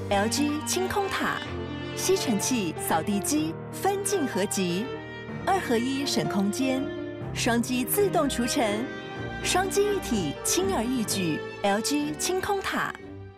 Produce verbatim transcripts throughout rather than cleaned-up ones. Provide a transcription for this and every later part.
L G 清空塔，吸尘器、扫地机分镜合集，二合一省空间，双击自动除尘，双击一体轻而易举。L G 清空塔。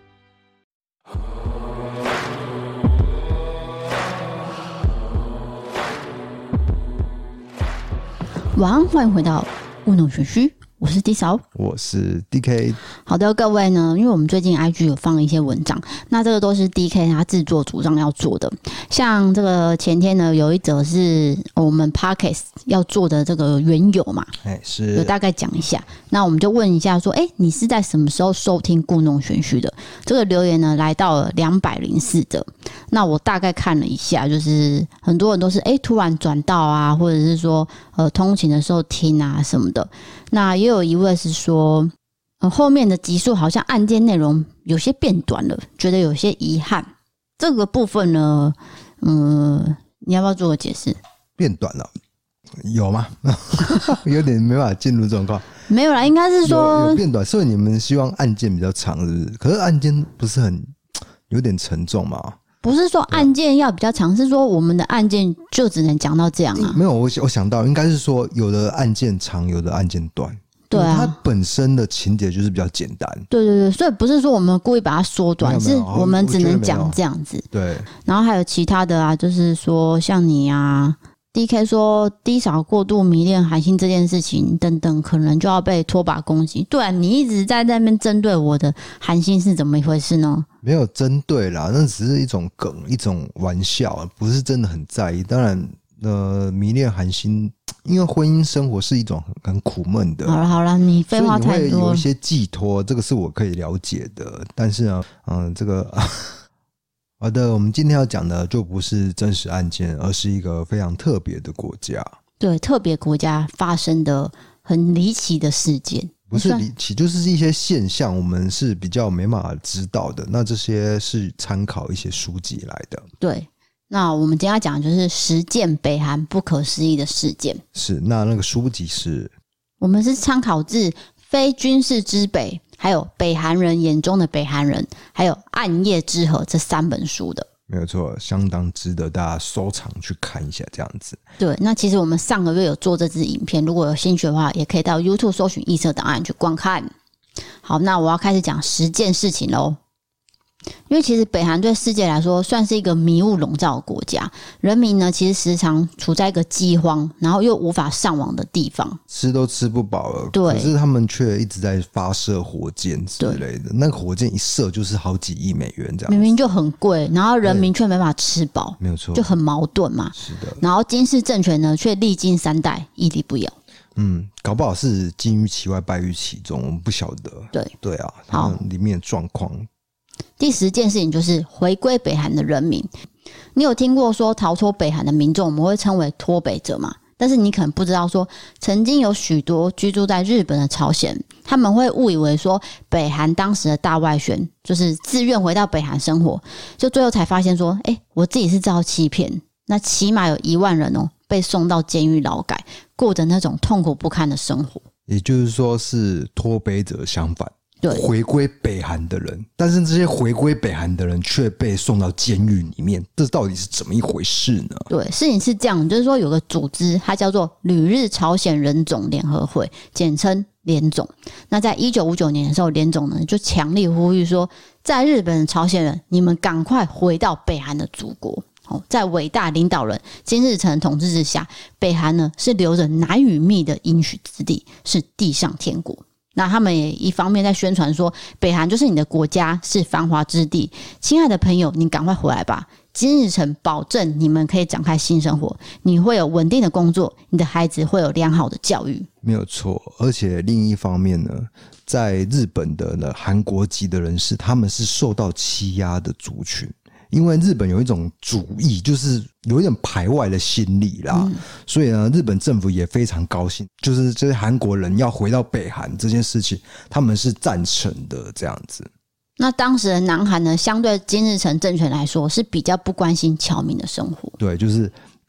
晚安，欢迎回到务农学须，我是 D 嫂， 我是 D K。 好的，各位呢，因为我们最近 I G 有放了一些文章，那这个都是 D K 他自作主张要做的。像这个前天呢，有一则是我们 Podcast 要做的这个缘由嘛， 哎，是有大概讲一下。那我们就问一下说，哎、欸，你是在什么时候收听故弄玄虚的？这个留言呢，来到了两百零四则。那我大概看了一下，就是很多人都是哎、欸、突然转到啊，或者是说呃通勤的时候听啊什么的。那也有一位是说，呃后面的集数好像案件内容有些变短了，觉得有些遗憾。这个部分呢，嗯，你要不要做个解释？ 变短了，有吗？有点没办法进入状况。 没有啦，应该是说有, 有变短，所以你们希望案件比较长，是不是？可是案件不是很有点沉重吗？ 不是说案件要比较长，是说我们的案件就只能讲到这样啊。 没有，我我想到应该是说，有的案件长，有的案件短。 对啊， 它本身的情节就是比较简单。 对对对，所以不是说我们故意把它缩短，是我们只能讲这样子。 对， 然后还有其他的啊，就是说像你啊 ，D K 说D嫂过度迷恋韩星这件事情等等，可能就要被拖把攻击。对啊，你一直在那边针对我的韩星是怎么一回事呢？ 没有针对啦，那只是一种梗，一种玩笑，不是真的很在意。当然，呃，迷恋韩星，因为婚姻生活是一种很苦闷的。 好了好了，你废话太多。 所以你会有一些寄托，这个是我可以了解的。但是呢，嗯，这个好的，我们今天要讲的就不是真实案件，而是一个非常特别的国家。 对，特别国家发生的很离奇的事件。 不是离奇，就是一些现象，我们是比较没办法知道的。那这些是参考一些书籍来的。 对，那我们今天要讲的就是十件北韩不可思议的事件。 是，那那个书籍是， 我们是参考自《非军事之北》，还有《北韩人眼中的北韩人》，还有《暗夜之河》这三本书的。 没有错，相当值得大家收藏去看一下这样子。 对，那其实我们上个月有做这支影片，如果有兴趣的话，也可以到 YouTube 搜寻异色档案去观看。好，那我要开始讲十件事情咯。因为其实北韩对世界来说算是一个迷雾笼罩的国家，人民呢其实时常处在一个饥荒，然后又无法上网的地方， 吃都吃不饱了。 对， 可是他们却一直在发射火箭之类的，那个火箭一射就是好几亿美元这样子， 明明就很贵，然后人民却没办法吃饱， 没有错， 就很矛盾嘛。 是的。 然后金氏政权呢却历经三代屹立不摇。 嗯，搞不好是金于其外败于其中，我们不晓得。 对对啊，他们里面的状况。 第十件事情就是回归北韩的人民。你有听过说逃脱北韩的民众我们会称为脱北者吗？但是你可能不知道说，曾经有许多居住在日本的朝鲜，他们会误以为说北韩当时的大外宣就是自愿回到北韩生活，就最后才发现说，哎、欸，我自己是遭欺骗。那起码有一万人哦被送到监狱劳改，过着那种痛苦不堪的生活。 也就是说是脱北者相反。 对， 回归北韩的人，但是这些回归北韩的人却被送到监狱里面，这到底是怎么一回事呢？ 对，事情是这样，就是说有个组织，它叫做旅日朝鲜人种联合会，简称联总。那在一九五九年的时候，联总呢就强力呼吁说，在日本的朝鲜人，你们赶快回到北韩的祖国。在伟大领导人金日成统治之下，北韩呢是留着奶与蜜的应许之地，是地上天国。那他们也一方面在宣传说，北韩就是你的国家，是繁华之地，亲爱的朋友，你赶快回来吧。金日成保证你们可以展开新生活，你会有稳定的工作，你的孩子会有良好的教育。 没有错，而且另一方面呢，在日本的呢韩国籍的人士，他们是受到欺压的族群。因为日本有一种主义，就是有一点排外的心理啦、嗯、所以呢日本政府也非常高兴，就是这些韩国人要回到北韩这件事情他们是赞成的这样子。 那当时的南韩呢，相对金日成政权来说是比较不关心侨民的生活。 对，就是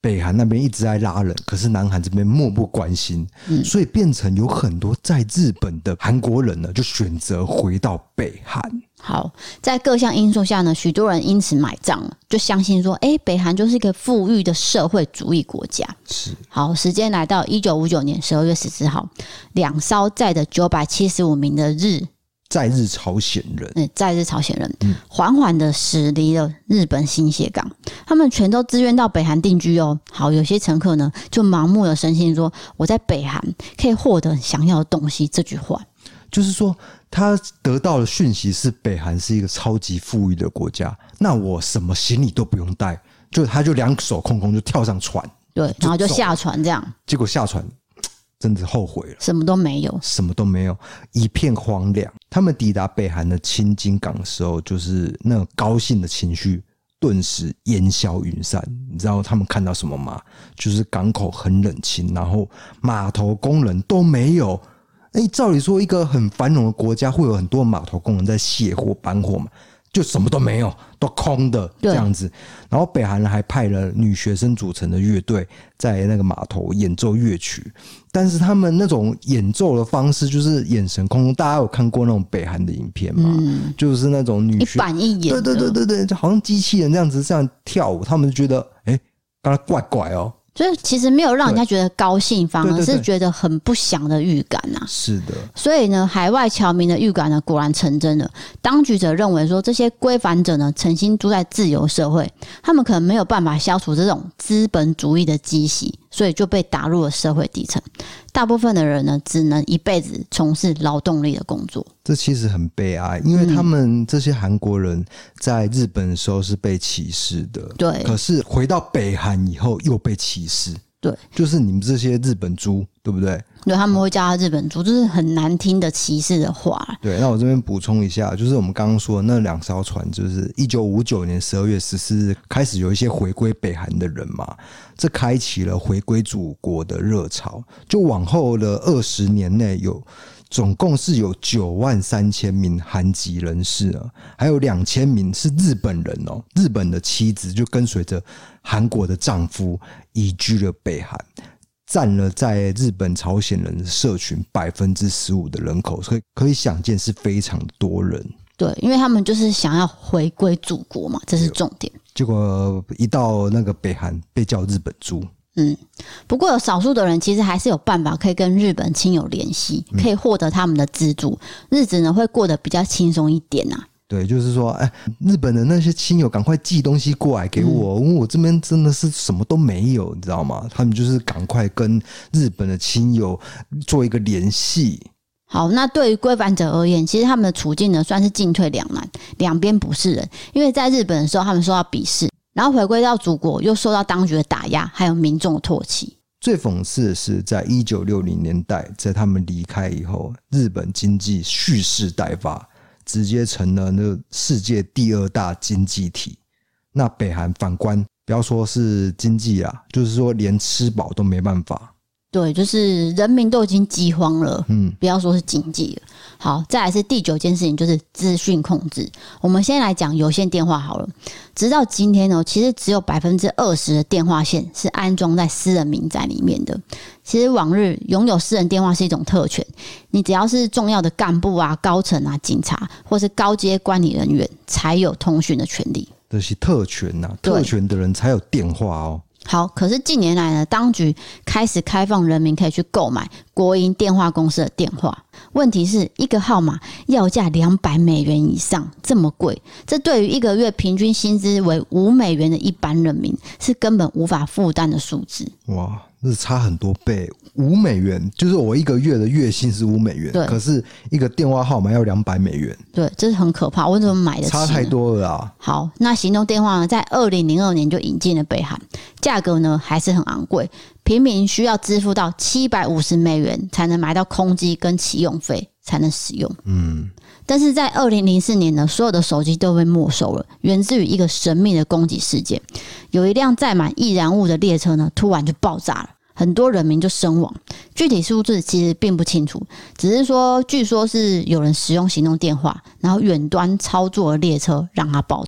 北韩那边一直在拉人，可是南韩这边漠不关心，嗯、所以变成有很多在日本的韩国人呢，就选择回到北韩。 好，在各项因素下呢，许多人因此买账了，就相信说，哎，北韩就是一个富裕的社会主义国家。 是。好， 时间来到一九五九年十二月十四号，两艘载着九百七十五名的日。 在日朝鲜人， 嗯，在日朝鲜人缓缓的驶离了日本新泻港，他们全都自愿到北韩定居哦。好，有些乘客呢就盲目的深信说，我在北韩可以获得想要的东西。这句话就是说，他得到的讯息是北韩是一个超级富裕的国家，那我什么行李都不用带，就他就两手空空就跳上船， 对，然后就下船这样， 结果下船。真的后悔了， 什么都没有， 什么都没有，一片荒凉。他们抵达北韩的青津港的时候，就是那种高兴的情绪顿时烟消云散。你知道他们看到什么吗？就是港口很冷清，然后码头工人都没有。哎，照理说一个很繁荣的国家会有很多码头工人在卸货搬货嘛，就什么都没有，都空的这样子。然后北韩人还派了女学生组成的乐队在那个码头演奏乐曲，但是他们那种演奏的方式就是眼神空空。大家有看过那种北韩的影片吗？嗯、就是那种女学一板一眼， 对对对对对，就好像机器人这样子这样跳舞，他们就觉得哎，刚才怪怪哦。 所以其实没有让人家觉得高兴，反而是觉得很不祥的预感啊。 是的。 所以呢，海外侨民的预感呢，果然成真了。当局者认为说，这些归返者呢，诚心住在自由社会，他们可能没有办法消除这种资本主义的积习，所以就被打入了社会底层。大部分的人呢，只能一辈子从事劳动力的工作。 这其实很悲哀，因为他们这些韩国人在日本的时候是被歧视的， 对。 可是回到北韩以后又被歧视， 对， 就是你们这些日本猪，对不对？ 对，他们会叫他日本猪，就是很难听的歧视的话。 对，那我这边补充一下，就是我们刚刚说的那两艘船，就是一九五九年十二月十四日开始有一些回归北韩的人嘛，这开启了回归祖国的热潮。就往后的二十年内有。总共是有九万三千名韩籍人士啊，还有两千名是日本人哦。日本的妻子就跟随着韩国的丈夫移居了北韩，占了在日本朝鲜人的社群百分之十五的人口，所以可以想见是非常多人。 对，因为他们就是想要回归祖国嘛，这是重点。 结果一到那个北韩，被叫日本猪。 嗯，不过有少数的人其实还是有办法可以跟日本亲友联系，可以获得他们的资助，日子呢会过得比较轻松一点啊。 对，就是说，哎，日本的那些亲友赶快寄东西过来给我，嗯、因为我这边真的是什么都没有，你知道吗？他们就是赶快跟日本的亲友做一个联系。 好，那对于归返者而言，其实他们的处境呢算是进退两难，两边不是人。因为在日本的时候，他们受到鄙视。然后回归到祖国，又受到当局的打压，还有民众的唾弃。 最讽刺的是，在一九六零年代，在他们离开以后，日本经济蓄势待发，直接成了那世界第二大经济体。那北韩反观，不要说是经济啦，就是说连吃饱都没办法。 对，就是人民都已经饥荒了，嗯，不要说是经济了。好，再来是第九件事情，就是资讯控制。我们先来讲有线电话好了。直到今天呢，其实只有百分之二十的电话线是安装在私人民宅里面的。其实往日拥有私人电话是一种特权，你只要是重要的干部啊、高层啊、警察或是高阶管理人员才有通讯的权利。 这是特权啊，特权的人才有电话哦。 好，可是近年来呢，当局开始开放人民可以去购买国营电话公司的电话。问题是一个号码要价两百美元以上，这么贵，这对于一个月平均薪资为五美元的一般人民是根本无法负担的数字。 哇，这差很多倍。五美元就是我一个月的月薪是五美元，可是一个电话号码要两百美元。 对，这是很可怕。我怎么买得起呢？ 差太多了啊！ 好，那行动电话呢，在二零零二年就引进了北韩，价格呢还是很昂贵，平民需要支付到七百五十美元才能买到空机跟启用费才能使用。嗯。但是在二零零四年呢，所有的手机都被没收了，源自于一个神秘的攻击事件。有一辆载满易燃物的列车呢，突然就爆炸了。很多人民就身亡，具体数字其实并不清楚，只是说据说是有人使用行动电话，然后远端操作了列车让它爆炸。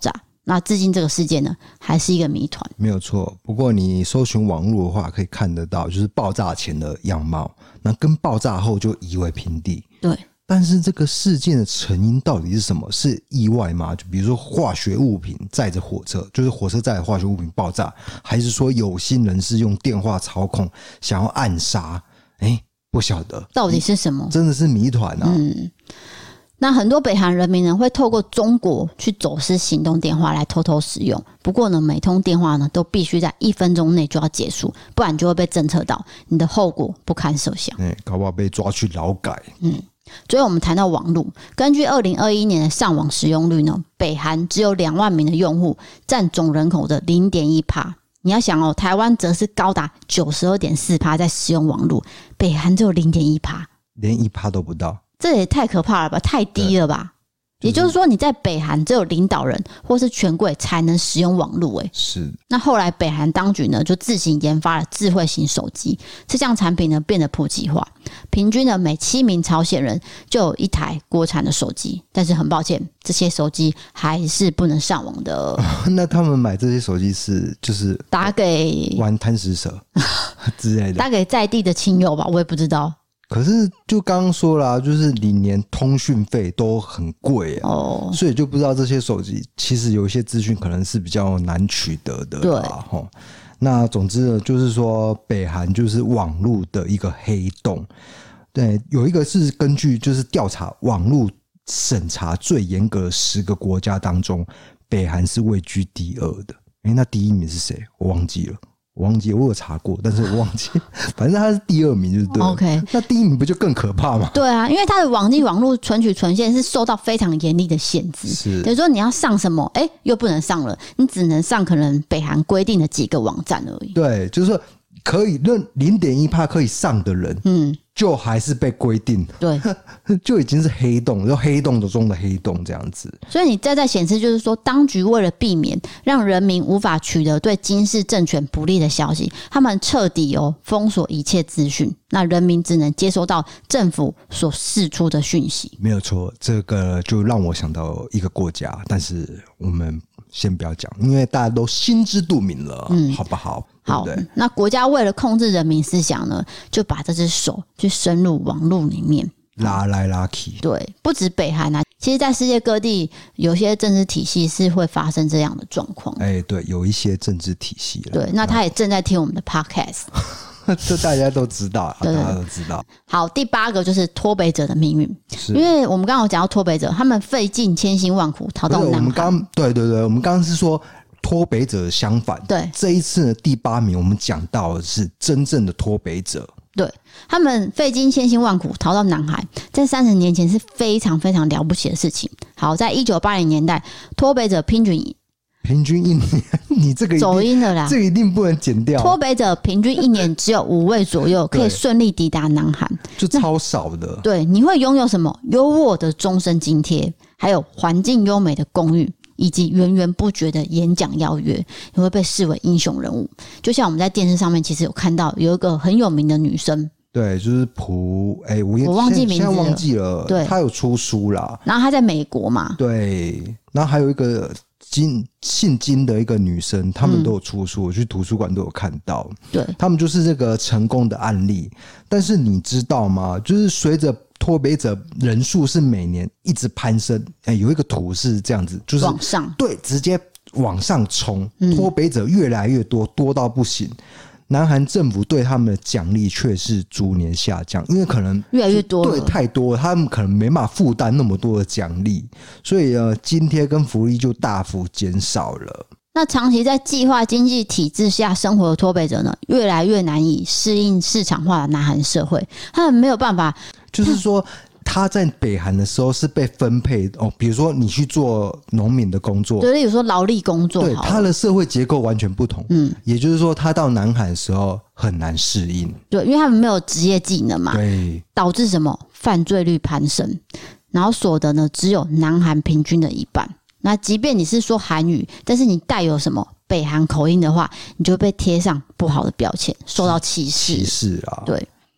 那至今这个事件呢，还是一个谜团。 没有错。不过你搜寻网络的话，可以看得到，就是爆炸前的样貌，那跟爆炸后就夷为平地。 对。 但是这个事件的成因到底是什么？是意外吗？就比如说化学物品载着火车，就是火车载着化学物品爆炸，还是说有心人士用电话操控想要暗杀？哎，不晓得到底是什么， 真的是谜团啊。 嗯。那很多北韩人民呢会透过中国去走私行动电话来偷偷使用，不过呢每通电话呢都必须在一分钟内就要结束，不然就会被侦测到，你的后果不堪设想。 哎，搞不好被抓去劳改。 嗯，所以我们谈到网络，根据二零二一年的上网使用率呢，北韩只有两万名的用户，占总人口的 百分之零点一。你要想哦，台湾则是高达 百分之九十二点四 在使用网络，北韩只有 零点一， 连一趴都不到。 这也太可怕了吧，太低了吧。也就是说，你在北韩只有领导人或是权贵才能使用网络。哎， 是。 那后来北韩当局呢，就自行研发了智慧型手机，这项产品呢变得普及化，平均呢每七名朝鲜人就有一台国产的手机。但是很抱歉，这些手机还是不能上网的。 那他们买这些手机是就是打给玩贪食蛇之类的， 打给在地的亲友吧，我也不知道。 可是就刚刚说啦、啊，就是你连通讯费都很贵啊、哦，所以就不知道这些手机其实有一些资讯可能是比较难取得的啦。对，那总之呢，就是说北韩就是网络的一个黑洞。对，有一个是根据就是调查网络审查最严格的十个国家当中，北韩是位居第二的。诶，那第一名是谁？我忘记了。我忘记，我有查过，但是我忘记，反正他是第二名，就是对了。OK， 那第一名不就更可怕吗？ 对啊，因为他的网际网络存取存线是受到非常严厉的限制，是，比如说你要上什么，哎、欸，又不能上了，你只能上可能北韩规定的几个网站而已。 对，就是说可以认 零点一 可以上的人，嗯，就还是被规定， 对， 就已经是黑洞，就黑洞中的黑洞这样子。 所以你再再显示，就是说，当局为了避免让人民无法取得对金氏政权不利的消息，他们彻底哦封锁一切资讯，那人民只能接收到政府所释出的讯息。 没有错，这个就让我想到一个国家，但是我们先不要讲，因为大家都心知肚明了，嗯，好不好？ 好， 对对， 那国家为了控制人民思想呢，就把这只手去深入网络里面拉来拉去。 对，不止北韩啊，其实在世界各地有些政治体系是会发生这样的状况。 哎、欸，对，有一些政治体系了。 对，那他也正在听我们的 podcast。 这大家都知道， 对对对， 大家都知道。 好，第八个就是脱北者的命运，因为我们刚刚有讲到脱北者，他们费尽千辛万苦逃到南韩。 我们刚对对对，我们刚刚是说脱北者相反， 对， 这一次呢第八名，我们讲到的是真正的脱北者。 对，他们费尽千辛万苦逃到南海，在三十年前是非常非常了不起的事情。好，在一九八零年代，脱北者平均平均一年，你这个走音了啦， 这个一定不能剪掉。 脱北者平均一年只有五位左右可以顺利抵达南韩， 就超少的。 对，你会拥有什么优渥的终身津贴，还有环境优美的公寓，以及源源不绝的演讲邀约，你会被视为英雄人物。就像我们在电视上面其实有看到有一个很有名的女生， 对，就是朴哎、欸，我我忘记名字了， 现在忘记了。 对， 她有出书啦， 然后她在美国嘛， 对，然后还有一个金姓金的一个女生，他们都有出书，嗯、我去图书馆都有看到。 对， 他们就是这个成功的案例。但是你知道吗？就是随着脱北者人数是每年一直攀升，欸、有一个图是这样子，就是往上， 对，直接往上冲，脱北者越来越多，多到不行。南韩政府对他们的奖励却是逐年下降，因为可能越来越多了， 对，太多了，他们可能没办法负担那么多的奖励，所以呢，津贴跟福利就大幅减少了。 那长期在计划经济体制下生活的脱北者呢，越来越难以适应市场化的南韩社会，他们没有办法， 就是说。他在北韩的时候是被分配哦，比如说你去做农民的工作， 对，例如说劳力工作， 对，他的社会结构完全不同。嗯，也就是说，他到南韩的时候很难适应， 对，因为他们没有职业技能嘛， 对， 导致什么犯罪率攀升，然后所得呢只有南韩平均的一半。那即便你是说韩语，但是你带有什么北韩口音的话，你就会被贴上不好的标签，受到歧视。 歧视啊， 对。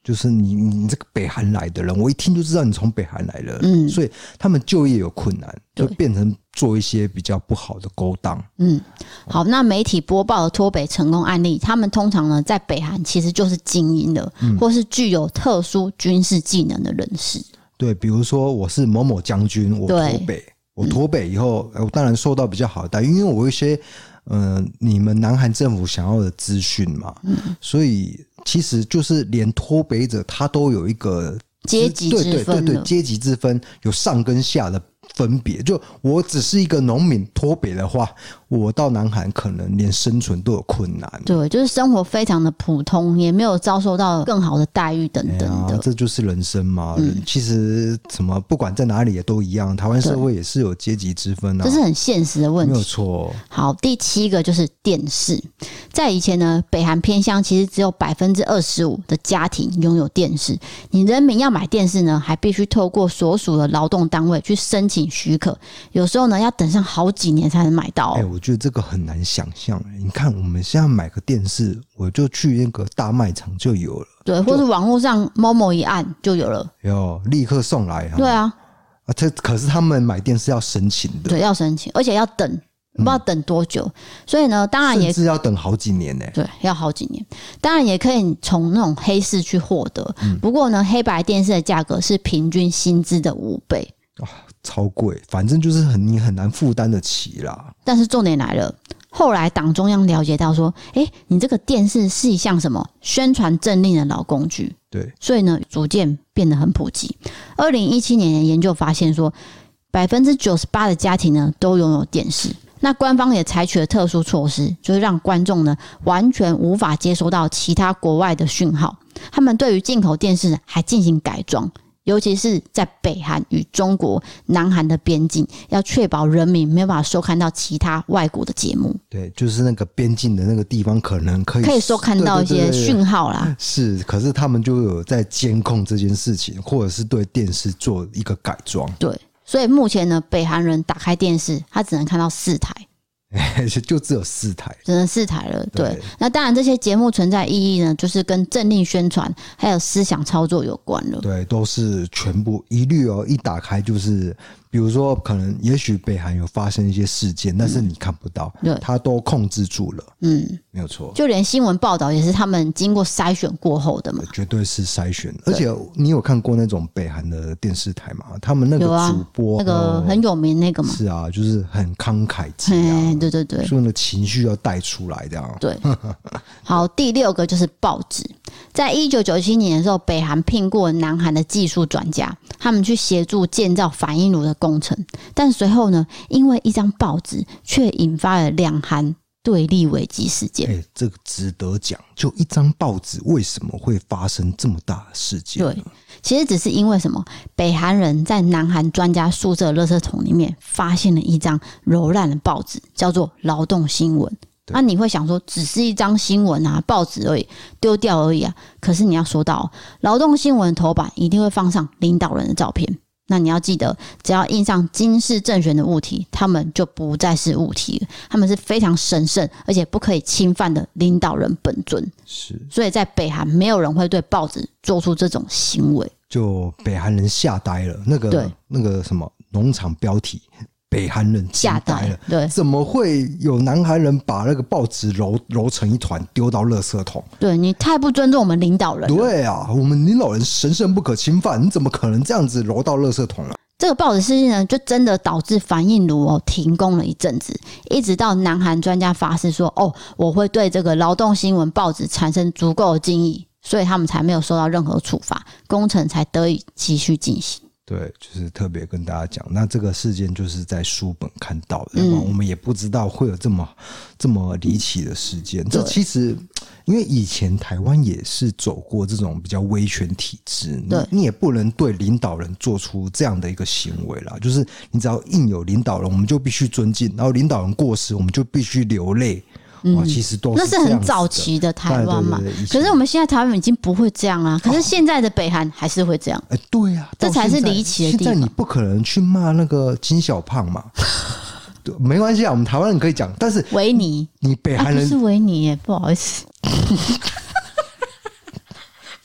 就是你你这个北韩来的人，我一听就知道你从北韩来了，嗯，所以他们就业有困难，就变成做一些比较不好的勾当。 嗯，好，那媒体播报的脱北成功案例，他们通常呢在北韩其实就是精英的，嗯、或是具有特殊军事技能的人士。 对，比如说我是某某将军，我脱北，我脱北以后，嗯、我当然受到比较好的待遇，因为我有一些呃你们南韩政府想要的资讯嘛，嗯、所以。其实就是连脱北者他都有一个阶级之分，对对对对，阶级之分有上跟下的分别。就我只是一个农民脱北的话，我到南韩可能连生存都有困难。 对，就是生活非常的普通，也没有遭受到更好的待遇等等的。 哎、这就是人生嘛。嗯、其实什么不管在哪里也都一样，台湾社会也是有阶级之分啊， 这是很现实的问题， 没有错。 好，第七个就是电视。在以前呢，北韩偏乡其实只有百分之二十五的家庭拥有电视。你人民要买电视呢，还必须透过所属的劳动单位去申请许可，有时候呢要等上好几年才能买到、哦。 哎、欸，我觉得这个很难想象。你看，我们现在买个电视，我就去那个大卖场就有了， 对，或者网络上某某一按就有了， 有立刻送来。 对啊， 啊，这可是他们买电视要申请的， 对，要申请，而且要等。不知道等多久，所以呢，当然也甚至要等好几年呢、欸。 对，要好几年。当然也可以从那种黑市去获得，嗯、不过呢，黑白电视的价格是平均薪资的五倍， 啊，超贵。反正就是很你很难负担得起啦。 但是重点来了，后来党中央了解到说，哎，你这个电视是一项什么宣传政令的老工具， 对， 所以呢，逐渐变得很普及。二零一七年的研究发现说，百分之九十八的家庭呢都拥有电视。那官方也采取了特殊措施，就是让观众呢完全无法接收到其他国外的讯号。他们对于进口电视还进行改装，尤其是在北韩与中国、南韩的边境，要确保人民没有办法收看到其他外国的节目。 对，就是那个边境的那个地方，可能可以可以收看到一些讯号啦。对对对对是，可是他们就有在监控这件事情，或者是对电视做一个改装。 对。所以目前呢，北韩人打开电视，他只能看到四台， 就只有四台， 只能四台了。对，对那当然这些节目存在意义呢，就是跟政令宣传还有思想操作有关了。 对，都是全部一律哦，一打开就是。比如说，可能也许北韩有发生一些事件，但是你看不到，嗯、他都控制住了。嗯，没有错。 就连新闻报道也是他们经过筛选过后的嘛， 绝对是筛选。而且你有看过那种北韩的电视台吗？他们那个主播、 啊、那个很有名那个嘛， 是啊，就是很慷慨激昂， 对对对， 所以那个情绪要带出来这样。 对，好，第六个就是报纸。在一九九七年的时候，北韩聘过南韩的技术专家，他们去协助建造反应炉的工程。但随后呢，因为一张报纸，却引发了两韩对立危机事件。 欸，这个值得讲，就一张报纸为什么会发生这么大的事件呢？ 对，其实只是因为什么？北韩人在南韩专家宿舍的垃圾桶里面发现了一张揉烂的报纸，叫做《劳动新闻》。那、啊、你会想说，只是一张新闻啊，报纸而已，丢掉而已啊。可是你要说到劳动新闻的头版一定会放上领导人的照片。那你要记得，只要印上金氏政权的物体，他们就不再是物体了，他们是非常神圣而且不可以侵犯的领导人本尊。 是， 所以在北韩没有人会对报纸做出这种行为。 就北韩人吓呆了，那个那个什么农场标题。北韩人吓呆了， 对， 怎么会有南韩人把那个报纸揉揉成一团丢到垃圾桶？ 对，你太不尊重我们领导人了。 对啊，我们领导人神圣不可侵犯，你怎么可能这样子揉到垃圾桶了？ 这个报纸事件呢，就真的导致反应炉哦停工了一阵子，一直到南韩专家发誓说，哦，我会对这个劳动新闻报纸产生足够的敬意，所以他们才没有受到任何处罚，工程才得以继续进行。 对，就是特别跟大家讲，那这个事件就是在书本看到的，嗯、我们也不知道会有这么这么离奇的事件。这其实，因为以前台湾也是走过这种比较威权体制，你, 你也不能对领导人做出这样的一个行为啦。就是你只要印有领导人，我们就必须尊敬；然后领导人过世，我们就必须流泪。嗯、其实都是那是很早期的台湾嘛， 对对对对， 可是我们现在台湾已经不会这样啦。可是现在的北韩还是会这样， 哎、哦，对啊， 这才是离奇的地方。 现在你不可能去骂那个金小胖嘛，没关系啊，我们台湾人可以讲，但是维尼， 你北韩人、 啊、不是维尼耶，不好意思。不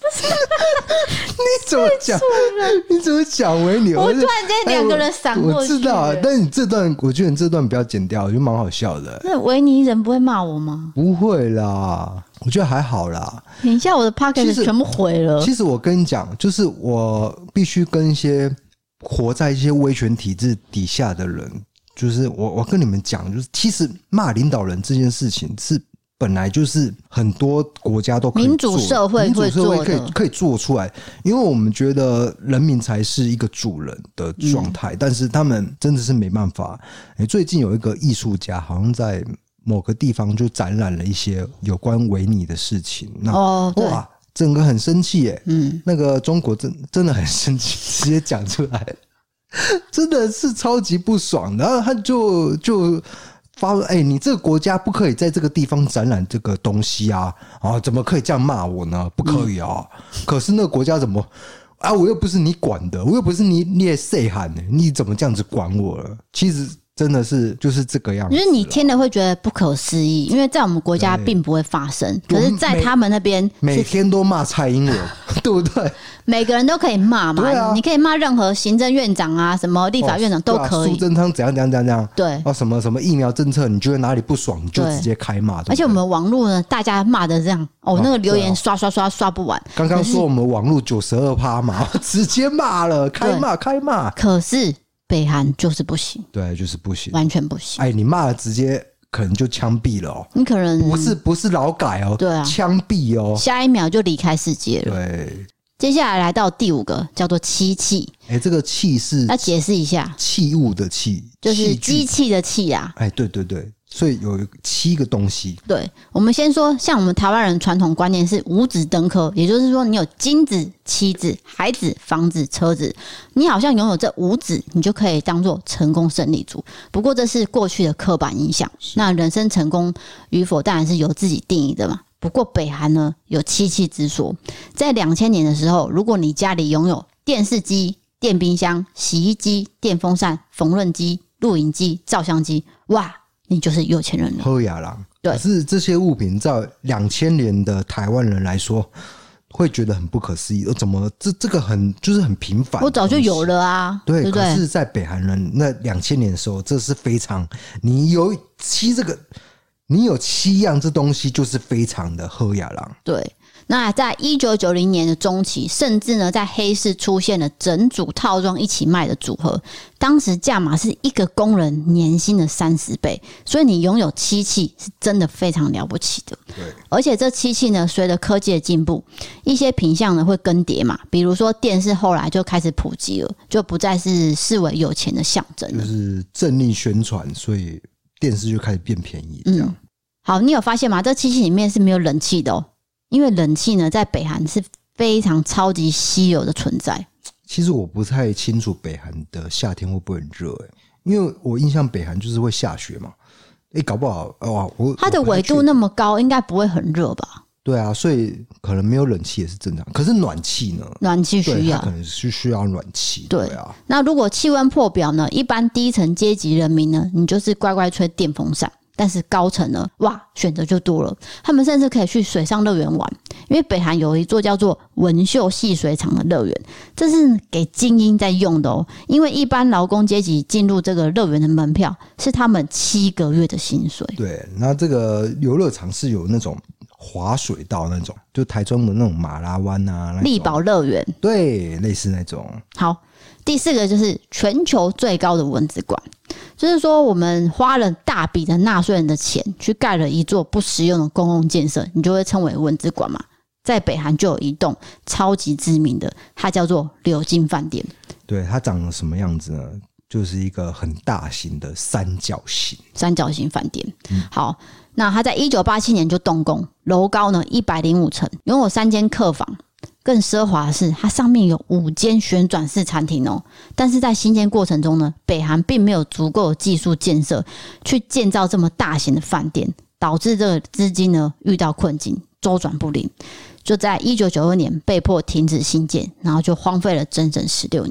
你怎么讲？你怎么讲维尼？ 我突然间两个人闪过去、 哎、我, 我知道，但是你这段，我觉得你这段不要剪掉，我觉得蛮好笑的。 那维尼人不会骂我吗？ 不会啦，我觉得还好啦。 等一下我的 podcast 全部毁了。 其实我跟你讲，就是我必须跟一些活在一些威权体制底下的人，就是我我跟你们讲，就是其实骂领导人这件事情是。本来就是很多国家都可以做， 民主社会民主社会可以会做的可以做出来，因为我们觉得人民才是一个主人的状态、嗯，但是他们真的是没办法。欸、最近有一个艺术家，好像在某个地方就展览了一些有关维尼的事情，那、 哦、哇， 整个很生气耶， 嗯， 那个中国真真的很生气，直接讲出来，真的是超级不爽，然后他就就。发说：“哎、欸，你这个国家不可以在这个地方展览这个东西啊！啊，怎么可以这样骂我呢？不可以啊！嗯、可是那个国家怎么啊？我又不是你管的，我又不是你，你也谁喊的？你怎么这样子管我了？其实。”真的是就是这个样子， 就是你听了会觉得不可思议，因为在我们国家并不会发生，可是在他们那边每天都骂蔡英文，对不对？ 每个人都可以骂嘛，啊、你可以骂任何行政院长啊，什么立法院长都可以。苏贞昌怎样怎样怎样怎样， 对哦，什么什么疫苗政策，你觉得哪里不爽，你就直接开骂。 而且我们网络呢，大家骂的这样，哦，那个留言刷刷刷刷不完。 刚刚说我们网络九十二趴嘛，直接骂了，开骂开骂。 可是。北韩就是不行， 对，就是不行， 完全不行。 哎，你骂了，直接可能就枪毙了哦。 你可能不是不是劳改哦， 对啊， 枪毙哦， 下一秒就离开世界了。 对， 接下来来到第五个，叫做漆器。 哎，这个器是要解释一下， 器物的器， 就是机器的器啊。 哎，对对对。所以有七个东西。对， 我们先说，像我们台湾人传统观念是五子登科，也就是说，你有金子、妻子、孩子、房子、车子，你好像拥有这五子，你就可以当做成功胜利组。不过这是过去的刻板印象，那人生成功与否当然是由自己定义的嘛。不过北韩呢有七器之说，在两千年的时候，如果你家里拥有电视机、电冰箱、洗衣机、电风扇、缝纫机、录影机、照相机，哇！你就是有钱人了。 喝雅郎， 对， 可是这些物品在两千年的台湾人来说，会觉得很不可思议。怎么这这个很就是很平凡？ 我早就有了啊， 对， 对不对？ 可是，在北韩人那两千年的时候，这是非常你有七这个，你有七样这东西，就是非常的喝雅郎。 对。那在一九九零年的中期，甚至呢在黑市出现了整组套装一起卖的组合，当时价码是一个工人年薪的三十倍，所以你拥有七器是真的非常了不起的。 对， 而且这七器呢，随着科技的进步，一些品项呢会更迭嘛，比如说电视后来就开始普及了，就不再是视为有钱的象征了， 就是正力宣传，所以电视就开始变便宜。这样、嗯、 好，你有发现吗？这七器里面是没有冷气的哦。因为冷气呢，在北韩是非常超级稀有的存在。 其实我不太清楚北韩的夏天会不会很热、欸，因为我印象北韩就是会下雪嘛。哎、欸，搞不好哇，我它的纬度那么高，应该不会很热吧？ 对啊，所以可能没有冷气也是正常。可是暖气呢？ 暖气需要， 可能是需要暖气。 对, 对啊。 那如果气温破表呢？一般低层阶级人民呢，你就是乖乖吹电风扇。但是高层呢，哇，选择就多了。他们甚至可以去水上乐园玩，因为北韩有一座叫做文秀戏水场的乐园，这是给精英在用的哦。因为一般劳工阶级进入这个乐园的门票是他们七个月的薪水。 对，那这个游乐场是有那种滑水道那种，就台中的那种马拉湾啊， 力宝乐园， 对，类似那种。 好，第四个就是全球最高的蚊子馆。就是说我们花了大笔的纳税人的钱去盖了一座不实用的公共建设，你就会称为蚊子馆嘛。在北韩就有一栋超级知名的，它叫做柳金饭店。 对，它长得什么样子呢？就是一个很大型的三角形三角形饭店、嗯、好，那它在一九八七年就动工，楼高呢一百零五层，拥有三间客房。更奢华的是，它上面有五间旋转式餐厅哦。但是在新建过程中呢，北韩并没有足够的技术建设去建造这么大型的饭店，导致这个资金呢遇到困境，周转不灵，就在一九九二年被迫停止新建，然后就荒废了整整十六年。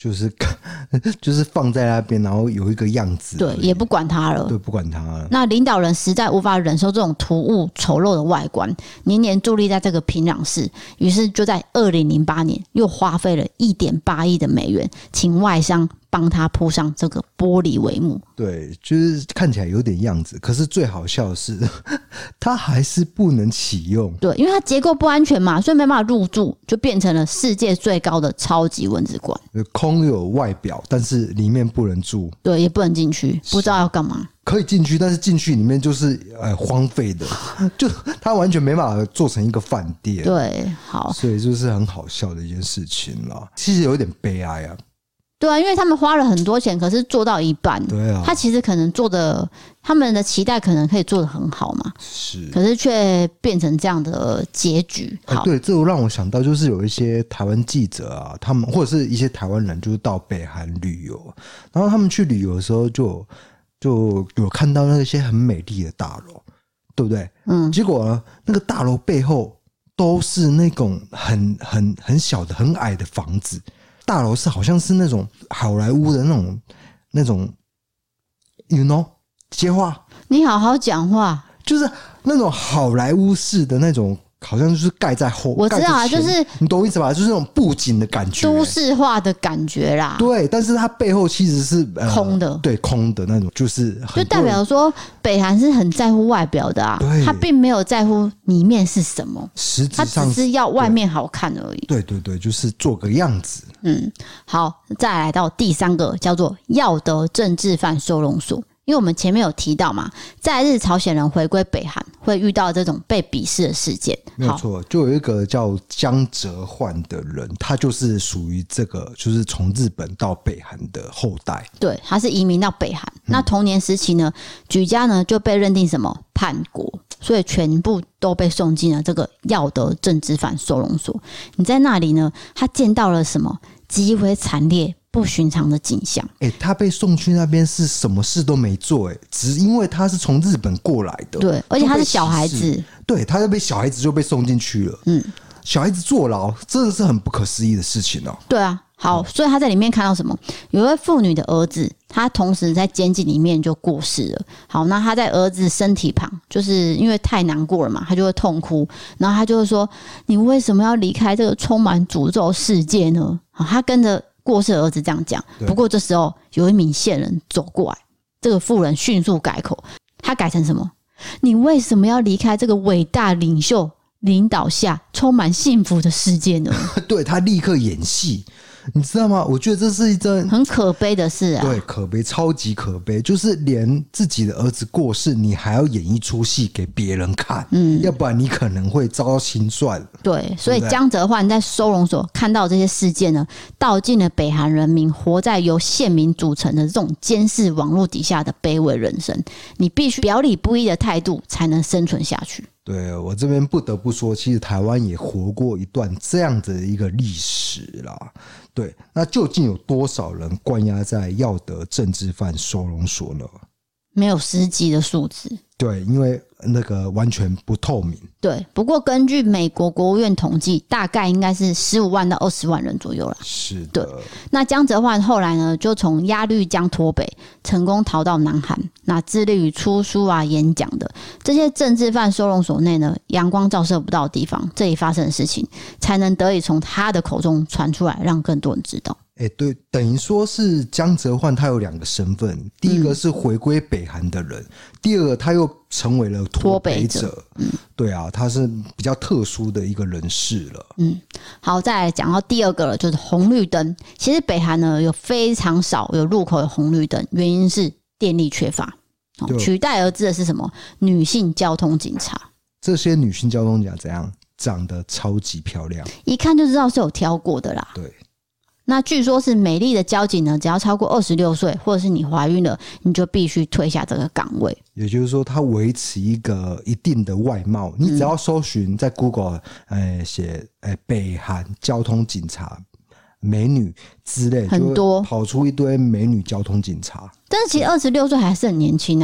就是就是放在那边，然后有一个样子， 对，也不管它了， 对，不管它了。 那领导人实在无法忍受这种突兀丑陋的外观，年年伫立在这个平壤市，于是就在二零零八年又花费了一点八亿的美元，请外商帮他铺上这个玻璃帷幕。 对，就是看起来有点样子，可是最好笑的是，它还是不能启用。 对，因为它结构不安全嘛，所以没办法入住，就变成了世界最高的超级蚊子馆。 空有外表，但是里面不能住。 对，也不能进去，不知道要干嘛。 可以进去，但是进去里面就是呃荒废的，就它完全没办法做成一个饭店。 对，好， 所以就是很好笑的一件事情啦。其实有点悲哀啊。 对啊，因为他们花了很多钱，可是做到一半， 对啊， 他其实可能做的，他们的期待可能可以做得很好嘛， 是， 可是却变成这样的结局。好， 欸、对，这让我想到就是有一些台湾记者啊，他们或者是一些台湾人，就是到北韩旅游，然后他们去旅游的时候就就有看到那些很美丽的大楼，对不对？嗯，结果呢，那个大楼背后都是那种很很很小的、很矮的房子。大楼是好像是那种好莱坞的那种那种 ，you know， 接话， 你好好讲话， 就是那种好莱坞式的那种，好像就是盖在后， 我知道啊，就是你懂我意思吧？就是那种布景的感觉， 都市化的感觉啦。 对，但是它背后其实是、呃、 空的， 对，空的那种，就是就代表说北韩是很在乎外表的啊，他并没有在乎里面是什么， 实质上他只是要外面好看而已。 对对对，就是做个样子。 嗯，好，再来到第三个，叫做耀德政治犯收容所。因为我们前面有提到嘛，在日朝鲜人回归北韩会遇到这种被鄙视的事件， 没有错，就有一个叫江哲焕的人，他就是属于这个，就是从日本到北韩的后代。 对，他是移民到北韩、嗯。那童年时期呢，举家呢就被认定什么叛国，所以全部都被送进了这个耀德政治犯收容所。你在那里呢，他见到了什么极为惨烈不寻常的景象。 哎、欸，他被送去那边是什么事都没做、欸，哎，只因为他是从日本过来的， 对，而且他是小孩子， 对，他就被小孩子就被送进去了，嗯，小孩子坐牢真的是很不可思议的事情哦、喔。 对啊，好，所以他在里面看到什么？有一位妇女的儿子，他同时在监禁里面就过世了。好，那他在儿子身体旁，就是因为太难过了嘛，他就会痛哭，然后他就会说：“你为什么要离开这个充满诅咒世界呢？”好，他跟着过世的儿子这样讲。不过这时候有一名线人走过来，这个妇人迅速改口，他改成什么？你为什么要离开这个伟大领袖领导下充满幸福的世界呢？ 对，他立刻演戏，你知道吗？我觉得这是一件很可悲的事啊。 对，可悲，超级可悲，就是连自己的儿子过世，你还要演一出戏给别人看，嗯，要不然你可能会遭到清算。 对，所以江哲焕在收容所看到这些事件呢，道尽了北韩人民活在由县民组成的这种监视网络底下的卑微人生。你必须表里不一的态度才能生存下去。 对，我这边不得不说，其实台湾也活过一段这样子的一个历史啦。对，那究竟有多少人关押在耀德政治犯收容所呢？ 没有实际的数字。 对，因为那个完全不透明。 对，不过根据美国国务院统计，大概应该是十五万到二十万人左右啦。 是的。 对，那江哲焕后来呢，就从鸭绿江脱北，成功逃到南韩，那致力于出书啊、演讲的这些政治犯收容所内呢，阳光照射不到的地方，这里发生的事情，才能得以从他的口中传出来，让更多人知道。 哎、欸，对，等于说是江哲焕他有两个身份，第一个是回归北韩的人、嗯，第二个他又成为了脱北者。脱北者嗯，对啊，他是比较特殊的一个人士了。嗯， 好，再来讲到第二个了，就是红绿灯。其实北韩呢有非常少有路口的红绿灯，原因是电力缺乏。取代而至的是什么？女性交通警察。 这些女性交通警察怎样？长得超级漂亮， 一看就知道是有挑过的啦。 对。 那据说是美丽的交警呢，只要超过二十六岁，或者是你怀孕了，你就必须退下这个岗位。 也就是说，他维持一个一定的外貌。你只要搜寻在 Google 呃写呃北韩交通警察美女之类， 很多跑出一堆美女交通警察。 但是其实二十六岁还是很年轻啊。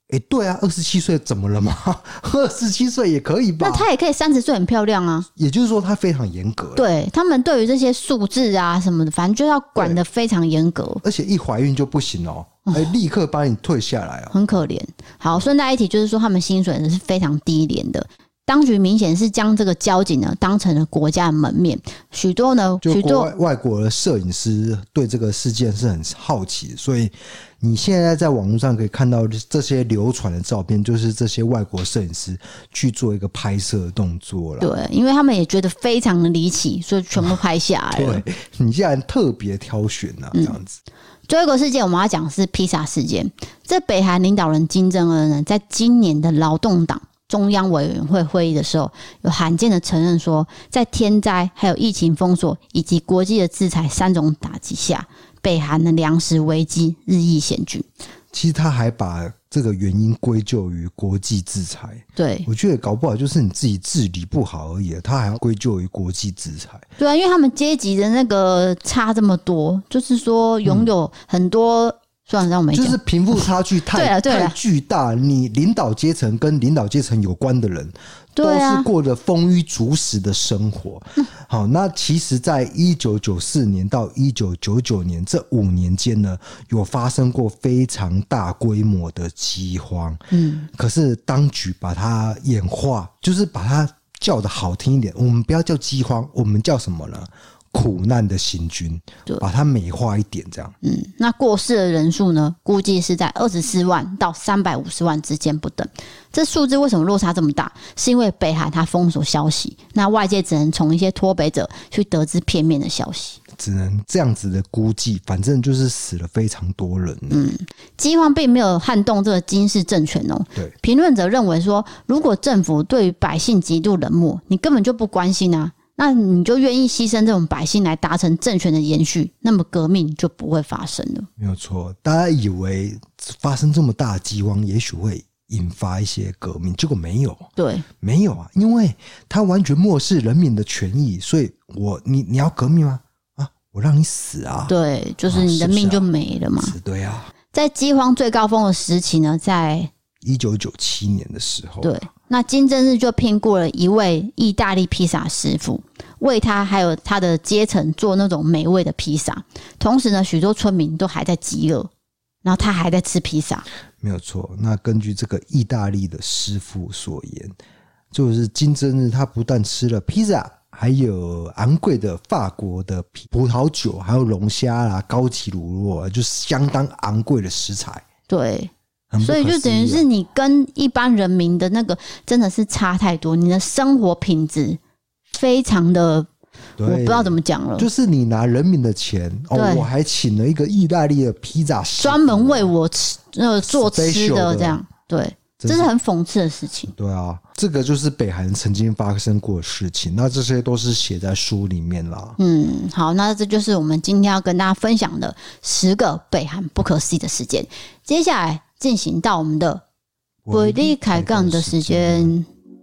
哎、欸，对啊，二十七岁怎么了嘛？二十七岁也可以吧？ 那她也可以三十岁很漂亮啊。 也就是说，她非常严格。 对，他们对于这些数字啊什么的，反正就要管得非常严格。 而且一怀孕就不行哦，哎、欸，立刻把你退下来哦， 很可怜。好，顺带一提，就是说他们薪水是非常低廉的。当局明显是将这个交警呢当成了国家的门面，许多呢， 就许多外外国的摄影师对这个事件是很好奇，所以你现在在网络上可以看到这些流传的照片，就是这些外国摄影师去做一个拍摄的动作了。 对，因为他们也觉得非常的离奇，所以全部拍下来了。 对，你竟然特别挑选啊，这样子。 嗯，最后一个事件我们要讲的是披萨事件。这北韩领导人金正恩呢，在今年的劳动党中央委员会会议的时候，有罕见的承认说，在天灾、还有疫情封锁以及国际的制裁三种打击下，北韩的粮食危机日益险峻。 其实他还把这个原因归咎于国际制裁。 对， 我觉得搞不好就是你自己治理不好而已，他还要归咎于国际制裁。 对啊，因为他们阶级的那个差这么多，就是说拥有很多。嗯，算了，让我没讲， 就是贫富差距太对了对了太巨大，你领导阶层跟领导阶层有关的人，都是过着丰衣足食的生活。嗯，好，那其实，在一九九四年到一九九九年这五年间呢，有发生过非常大规模的饥荒。嗯，可是当局把它演化，就是把它叫的好听一点，我们不要叫饥荒，我们叫什么呢？苦难的行军，把它美化一点，这样。 嗯，那过世的人数呢，估计是在二十四万到三百五十万之间不等。这数字为什么落差这么大？是因为北韩它封锁消息，那外界只能从一些脱北者去得知片面的消息， 只能这样子的估计。反正就是死了非常多人。 嗯，饥荒并没有撼动这个金氏政权哦。 对， 评论者认为说，如果政府对于百姓极度冷漠，你根本就不关心啊。那你就愿意牺牲这种百姓来达成政权的延续，那么革命就不会发生了。 没有错，大家以为发生这么大的饥荒，也许会引发一些革命，结果没有。 对，没有啊，因为他完全漠视人民的权益，所以我你你要革命吗？啊，我让你死啊！ 对，就是你的命就没了嘛。啊，是啊，对啊。 在饥荒最高峰的时期呢，在一九九七年的时候， 对。那金正日就聘雇了一位意大利披萨师傅，为他还有他的阶层做那种美味的披萨。同时呢，许多村民都还在饥饿，然后他还在吃披萨。 没有错。那根据这个意大利的师傅所言，就是金正日他不但吃了披萨，还有昂贵的法国的葡萄酒，还有龙虾啦、高级乳酪，就是相当昂贵的食材。 对。所以就等于是你跟一般人民的那个真的是差太多，你的生活品质非常的，我不知道怎么讲了。 就是你拿人民的钱，哦，我还请了一个意大利的披萨师专门为我吃呃做吃的这样，对，这是很讽刺的事情。 对啊，这个就是北韩曾经发生过的事情，那这些都是写在书里面啦。 嗯，好，那这就是我们今天要跟大家分享的十个北韩不可思议的事件。接下来进行到我们的伟力开杠的时间。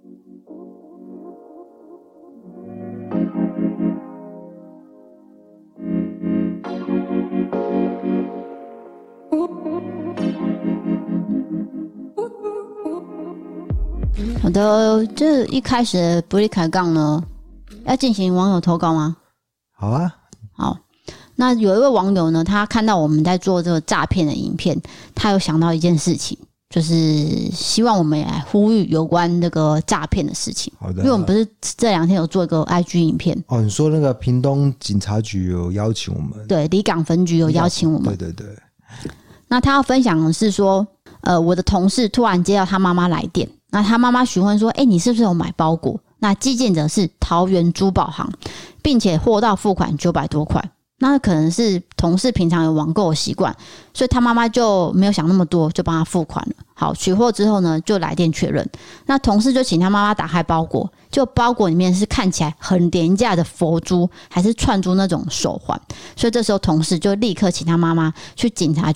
好的，这一开始的不利开杠呢，要进行网友投稿吗？ 好啊， 好。那有一位网友呢，他看到我们在做这个诈骗的影片，他有想到一件事情，就是希望我们也来呼吁有关这个诈骗的事情。 好的， 因为我们不是这两天有做一个 I G 影片哦，你说那个屏东警察局有邀请我们， 对，离港分局有邀请我们， 对对对。 那他要分享的是说，呃，我的同事突然接到他妈妈来电，那他妈妈询问说，哎、欸，你是不是有买包裹？那寄件者是桃园珠宝行，并且货到付款九百多块。那可能是同事平常有网购的习惯，所以他妈妈就没有想那么多，就帮他付款了。好，取货之后呢，就来电确认。那同事就请他妈妈打开包裹，就包裹里面是看起来很廉价的佛珠，还是串珠那种手环。所以这时候同事就立刻请他妈妈去警察局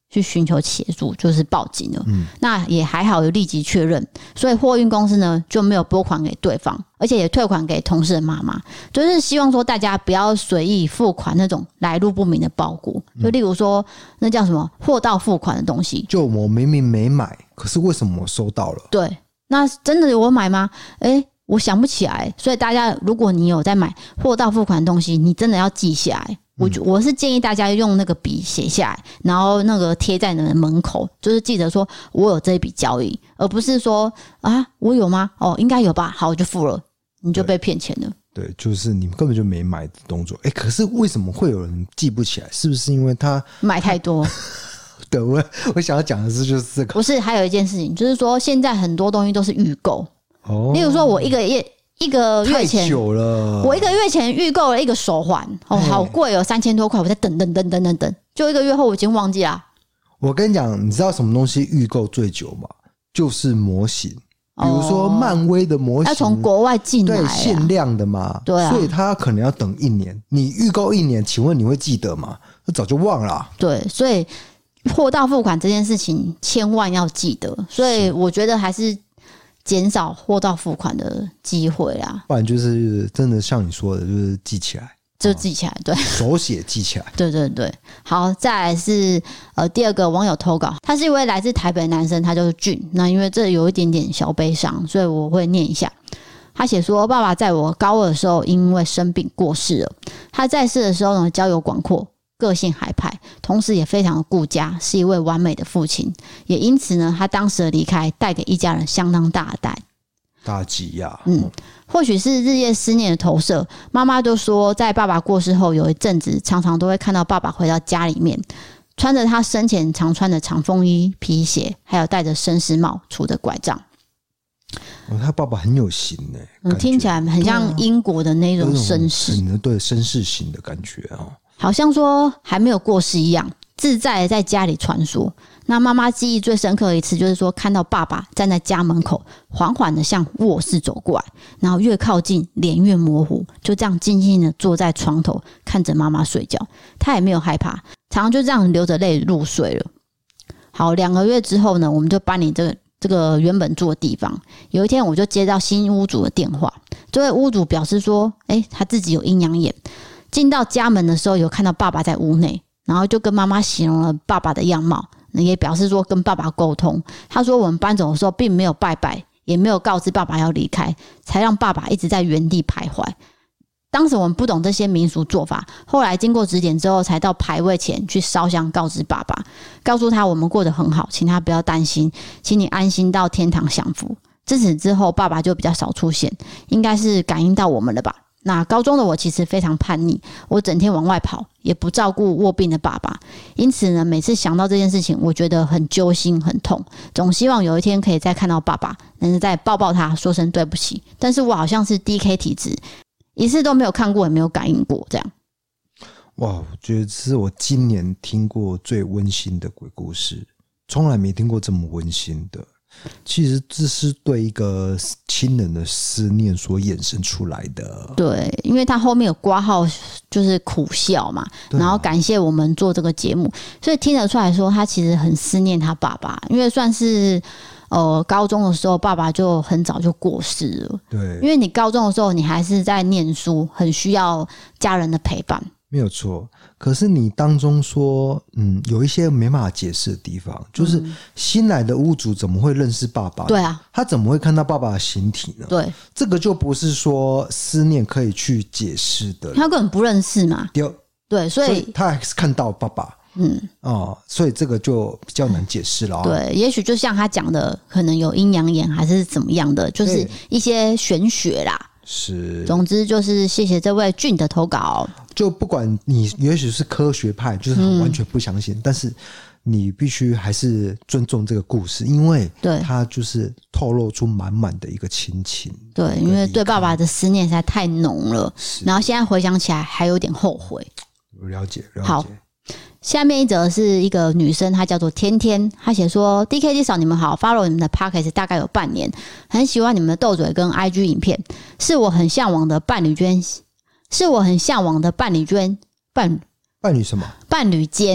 去寻求协助，就是报警了。嗯，那也还好有立即确认，所以货运公司呢就没有拨款给对方，而且也退款给同事的妈妈，就是希望说大家不要随意付款那种来路不明的包裹，就例如说那叫什么货到付款的东西， 就我明明没买，可是为什么我收到了？ 对，那真的有我买吗？诶，我想不起来，所以大家如果你有在买货到付款的东西，你真的要记下来。我我是建议大家用那个笔写下来，然后那个贴在你的门口，就是记得说我有这一笔交易，而不是说啊我有吗？哦，应该有吧，好我就付了，你就被骗钱了。 对，对，就是你们根本就没买的动作。哎，可是为什么会有人记不起来？是不是因为他买太多？ 对，我我想要讲的是就是这个。 不是，还有一件事情，就是说现在很多东西都是预购。哦，例如说我一个月。一个月前， 太久了。 我一个月前预购了一个手环，哦，好贵哦，三千多块，我在等等等等等等，就一个月后我已经忘记啦。 我跟你讲，你知道什么东西预购最久吗？就是模型，比如说漫威的模型， 要从国外进来， 对，限量的嘛， 对啊， 所以他可能要等一年。你预购一年，请问你会记得吗？那早就忘了啊。 对，所以货到付款这件事情千万要记得。所以我觉得还是。减少货到付款的机会啦， 不然就是真的像你说的，就是记起来， 就记起来，对， 手写记起来， 对对对。好，再来是呃第二个网友投稿，他是一位来自台北的男生，他就是俊。那因为这有一点点小悲伤，所以我会念一下。他写说，爸爸在我高二的时候因为生病过世了。他在世的时候呢，交友广阔。个性海派，同时也非常的顾家，是一位完美的父亲。也因此呢，他当时的离开带给一家人相当大的打大击呀。 嗯，或许是日夜思念的投射。妈妈就说，在爸爸过世后，有一阵子常常都会看到爸爸回到家里面，穿着他生前常穿的长风衣、皮鞋，还有戴着绅士帽、拄着拐杖。 哦，他爸爸很有型诶、欸嗯， 听起来很像英国的那种绅士， 对，绅士型的感觉哦。 好像说还没有过世一样，自在的在家里穿梭。那妈妈记忆最深刻的一次，就是说看到爸爸站在家门口，缓缓的向卧室走过来，然后越靠近脸越模糊，就这样静静的坐在床头看着妈妈睡觉。他也没有害怕，常常就这样流着泪入睡了。好，两个月之后呢，我们就搬离这个这个原本住的地方。有一天，我就接到新屋主的电话，这位屋主表示说，哎，他自己有阴阳眼。进到家门的时候，有看到爸爸在屋内，然后就跟妈妈形容了爸爸的样貌，也表示说跟爸爸沟通。他说我们搬走的时候并没有拜拜，也没有告知爸爸要离开，才让爸爸一直在原地徘徊。当时我们不懂这些民俗做法，后来经过指点之后，才到牌位前去烧香告知爸爸，告诉他我们过得很好，请他不要担心，请你安心到天堂享福。自此之后，爸爸就比较少出现，应该是感应到我们了吧。那高中的我其实非常叛逆，我整天往外跑，也不照顾卧病的爸爸，因此呢，每次想到这件事情，我觉得很揪心很痛，总希望有一天可以再看到爸爸，能再抱抱他，说声对不起。但是我好像是 D K 体质，一次都没有看过，也没有感应过这样。 哇，我觉得这是我今年听过最温馨的鬼故事，从来没听过这么温馨的。其实这是对一个亲人的思念所衍生出来的。 对，因为他后面有括号就是苦笑嘛，然后感谢我们做这个节目，所以听得出来说他其实很思念他爸爸，因为算是呃高中的时候爸爸就很早就过世了。 对， 因为你高中的时候你还是在念书，很需要家人的陪伴。 没有错，可是你当中说，嗯，有一些没办法解释的地方，就是新来的屋主怎么会认识爸爸？ 对啊， 他怎么会看到爸爸的形体呢？ 对， 这个就不是说思念可以去解释的。 他根本不认识嘛。 对， 对，所以, 所以他还是看到爸爸。嗯，哦，所以这个就比较难解释了、哦。 对，也许就像他讲的，可能有阴阳眼还是怎么样的，就是一些玄学啦。 是， 总之就是谢谢这位俊的投稿。 就不管你也许是科学派，就是很完全不相信、嗯、但是你必须还是尊重这个故事，因为它就是透露出满满的一个亲情。 对，因为对爸爸的思念实在太浓了，然后现在回想起来还有点后悔。 了解，了解。 好，下面一则是一个女生，她叫做天天，她写说 D K D 嫂你们好 follow 你们的 podcast 大概有半年，很喜欢你们的斗嘴跟 I G 影片，是我很向往的伴侣间，是我很向往的伴侣间伴伴侣什么？ 伴侣间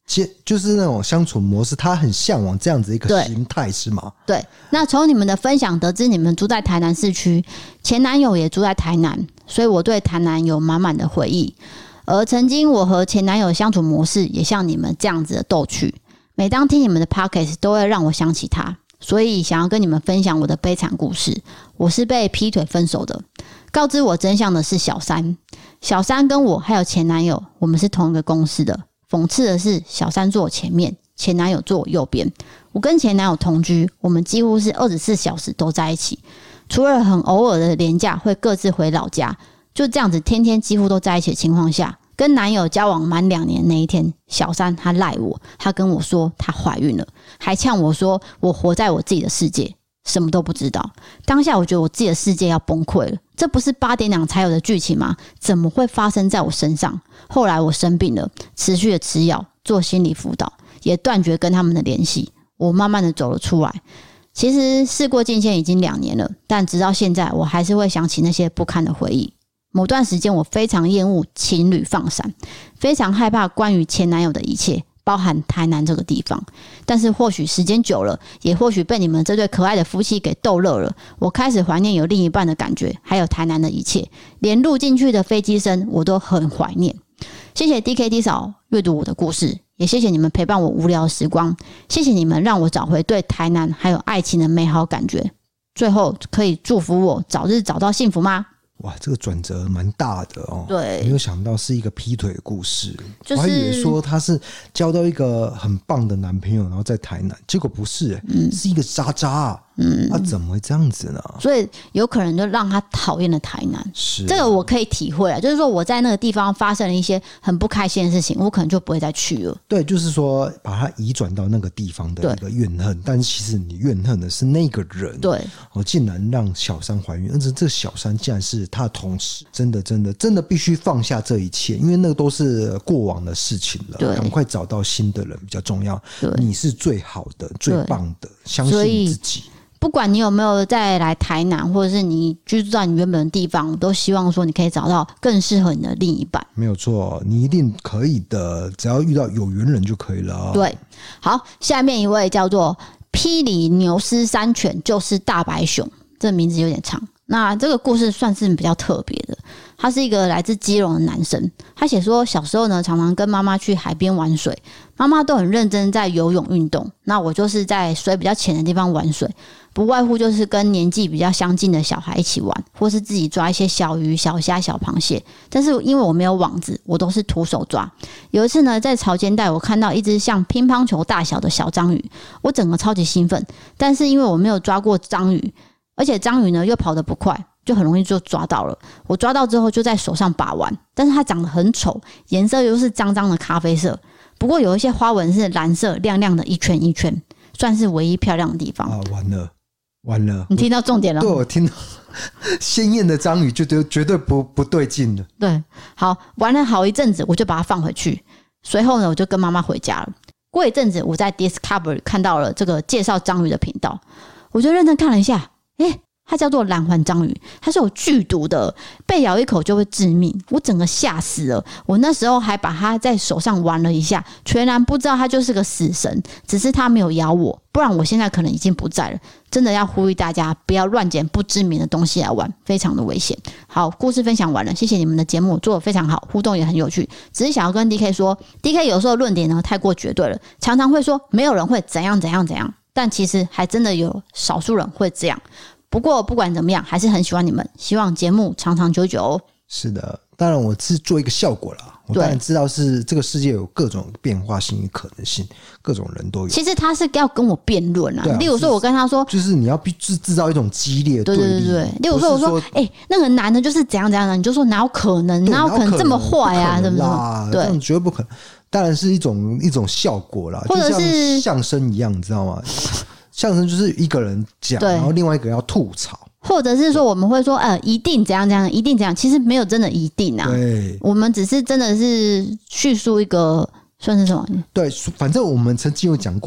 就是那种相处模式，他很向往这样子一个形态是吗？ 对，那从你们的分享得知你们住在台南市区，前男友也住在台南，所以我对台南有满满的回忆。而曾经我和前男友相处模式也像你们这样子的逗趣，每当听你们的 podcast 都会让我想起他，所以想要跟你们分享我的悲惨故事。我是被劈腿分手的，告知我真相的是小三。小三跟我还有前男友，我们是同一个公司的。讽刺的是，小三坐我前面，前男友坐我右边。我跟前男友同居，我们几乎是二十四小时都在一起，除了很偶尔的连假会各自回老家，就这样子天天几乎都在一起的情况下，跟男友交往满两年那一天，小三他赖我，他跟我说她怀孕了，还呛我说我活在我自己的世界，什么都不知道。当下我觉得我自己的世界要崩溃了，这不是八点档才有的剧情吗？怎么会发生在我身上？后来我生病了，持续的吃药，做心理辅导，也断绝跟他们的联系，我慢慢的走了出来。其实事过境迁已经两年了，但直到现在我还是会想起那些不堪的回忆。某段时间我非常厌恶情侣放闪，非常害怕关于前男友的一切，包含台南这个地方。但是或许时间久了，也或许被你们这对可爱的夫妻给逗乐了，我开始怀念有另一半的感觉，还有台南的一切，连录进去的飞机声我都很怀念。谢谢 D K D 嫂阅读我的故事，也谢谢你们陪伴我无聊的时光，谢谢你们让我找回对台南还有爱情的美好感觉。最后可以祝福我早日找到幸福吗？ 哇，这个转折蛮大的哦。 对， 没有想到是一个劈腿的故事， 就是、 我还以为说他是交到一个很棒的男朋友，然后在台南，结果不是、欸嗯、是一个渣渣啊。嗯，啊，怎么会这样子呢？ 所以有可能就让他讨厌了台南。 是、啊， 这个我可以体会啊，就是说我在那个地方发生了一些很不开心的事情，我可能就不会再去了。 对，就是说把它移转到那个地方的一个怨恨，但是其实你怨恨的是那个人。对，我、哦、竟然让小三怀孕，而且这个小三竟然是他的同事，真的，真的，真的必须放下这一切，因为那个都是过往的事情了。对，赶快找到新的人比较重要。对，你是最好的、最棒的，相信自己。 不管你有没有再来台南，或者是你居住在你原本的地方，都希望说你可以找到更适合你的另一半。 没有错，你一定可以的，只要遇到有缘人就可以了。 对，好，下面一位叫做霹雳牛斯山犬就是大白熊，这名字有点长。那这个故事算是比较特别的，他是一个来自基隆的男生，他写说小时候呢常常跟妈妈去海边玩水，妈妈都很认真在游泳运动，那我就是在水比较浅的地方玩水，不外乎就是跟年纪比较相近的小孩一起玩，或是自己抓一些小鱼、小虾、小螃蟹，但是因为我没有网子，我都是徒手抓。有一次呢在潮间带我看到一只像乒乓球大小的小章鱼，我整个超级兴奋，但是因为我没有抓过章鱼，而且章鱼呢又跑得不快，就很容易就抓到了。我抓到之后就在手上把玩，但是它长得很丑，颜色又是脏脏的咖啡色，不过有一些花纹是蓝色亮亮的一圈一圈，算是唯一漂亮的地方啊！完了完了， 你听到重点了？ 对，我听到鲜艳的章鱼就绝对不不对劲了。 对，好，玩了好一阵子，我就把它放回去。随后呢，我就跟妈妈回家了。过一阵子，我在 Discovery 看到了这个介绍章鱼的频道，我就认真看了一下，诶，它叫做蓝环章鱼，它是有剧毒的，被咬一口就会致命。我整个吓死了，我那时候还把它在手上玩了一下，全然不知道它就是个死神，只是它没有咬我，不然我现在可能已经不在了。真的要呼吁大家不要乱捡不知名的东西来玩，非常的危险。好，故事分享完了，谢谢你们的节目做得非常好，互动也很有趣。只是想要跟 D K 说 ，D K 有时候论点呢太过绝对了，常常会说没有人会怎样怎样怎样，但其实还真的有少数人会这样。不过不管怎么样，还是很喜欢你们，希望节目长长久久哦。 是的，当然我是做一个效果啦。我当然知道是这个世界有各种变化性与可能性，各种人都有。 其实他是要跟我辩论啊，例如说我跟他说， 就是你要制制造一种激烈的对立。对对对， 例如说我说，哎、欸，那个男的就是怎样怎样的，你就说哪有可能，哪有可能这么坏啊？什么什么？对， 这样绝对不可能。当然是一种一种效果啦， 或者是像相声一样，你知道吗？相声就是一个人讲，然后另外一个人要吐槽。 或者是说我们会说呃一定怎样怎样，一定怎样，其实没有真的一定啊。对，我们只是真的是叙述一个算是什么？ 对，反正我们曾经有讲过